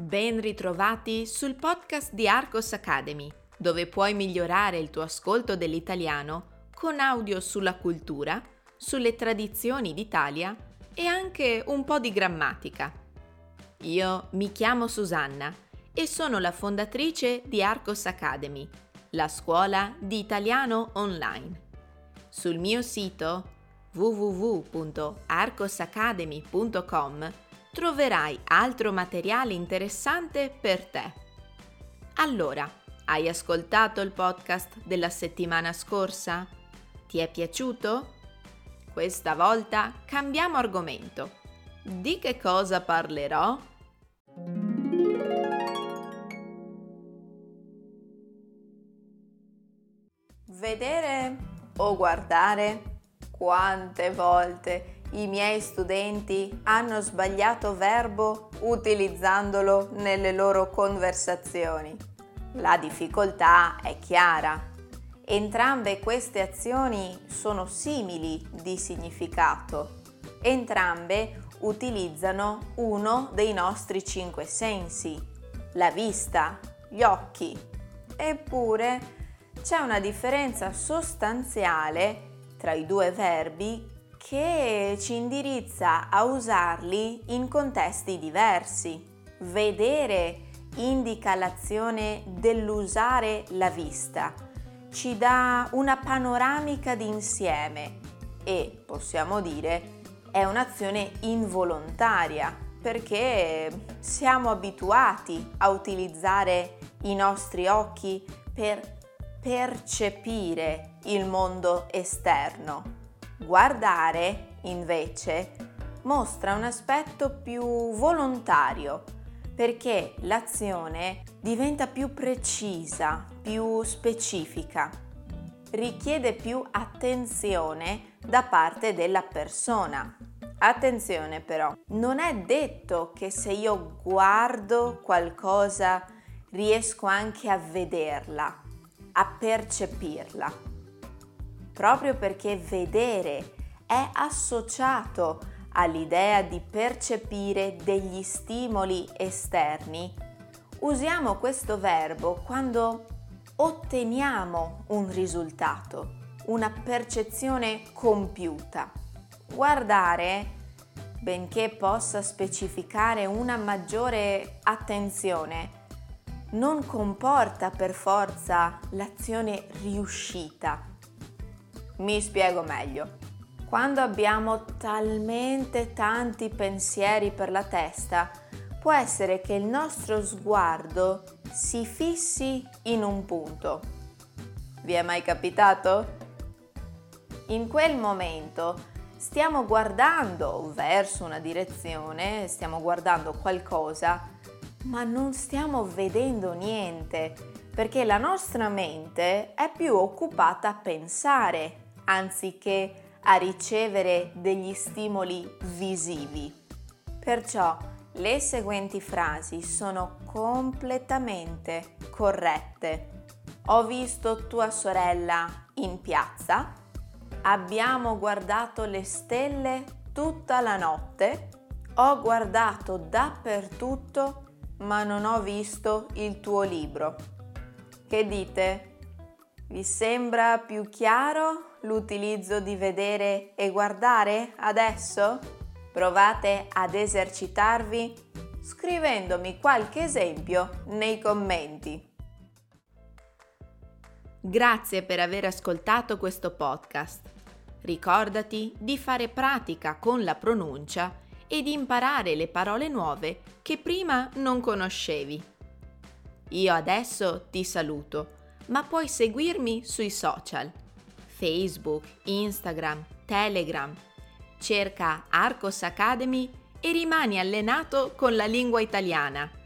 Ben ritrovati sul podcast di Arcos Academy, dove puoi migliorare il tuo ascolto dell'italiano con audio sulla cultura, sulle tradizioni d'Italia e anche un po' di grammatica. Io mi chiamo Susanna e sono la fondatrice di Arcos Academy, la scuola di italiano online. Sul mio sito www.arcosacademy.com troverai altro materiale interessante per te. Allora, hai ascoltato il podcast della settimana scorsa? Ti è piaciuto? Questa volta cambiamo argomento. Di che cosa parlerò? Vedere o guardare? Quante volte i miei studenti hanno sbagliato verbo utilizzandolo nelle loro conversazioni. La difficoltà è chiara. Entrambe queste azioni sono simili di significato. Entrambe utilizzano uno dei nostri 5 sensi, la vista, gli occhi. Eppure c'è una differenza sostanziale tra i due verbi che ci indirizza a usarli in contesti diversi. Vedere indica l'azione dell'usare la vista, ci dà una panoramica d'insieme e, possiamo dire, è un'azione involontaria perché siamo abituati a utilizzare i nostri occhi per percepire il mondo esterno. Guardare, invece, mostra un aspetto più volontario, perché l'azione diventa più precisa, più specifica, richiede più attenzione da parte della persona. Attenzione però, non è detto che se io guardo qualcosa riesco anche a vederla, a percepirla. Proprio perché vedere è associato all'idea di percepire degli stimoli esterni, usiamo questo verbo quando otteniamo un risultato, una percezione compiuta. Guardare, benché possa specificare una maggiore attenzione, non comporta per forza l'azione riuscita. Mi spiego meglio. Quando abbiamo talmente tanti pensieri per la testa, può essere che il nostro sguardo si fissi in un punto. Vi è mai capitato? In quel momento stiamo guardando verso una direzione, stiamo guardando qualcosa, ma non stiamo vedendo niente, perché la nostra mente è più occupata a pensare anziché a ricevere degli stimoli visivi. Perciò le seguenti frasi sono completamente corrette. Ho visto tua sorella in piazza. Abbiamo guardato le stelle tutta la notte. Ho guardato dappertutto, ma non ho visto il tuo libro. Che dite? Vi sembra più chiaro l'utilizzo di vedere e guardare adesso? Provate ad esercitarvi scrivendomi qualche esempio nei commenti. Grazie per aver ascoltato questo podcast. Ricordati di fare pratica con la pronuncia e di imparare le parole nuove che prima non conoscevi. Io adesso ti saluto, ma puoi seguirmi sui social, Facebook, Instagram, Telegram. Cerca Arcos Academy e rimani allenato con la lingua italiana.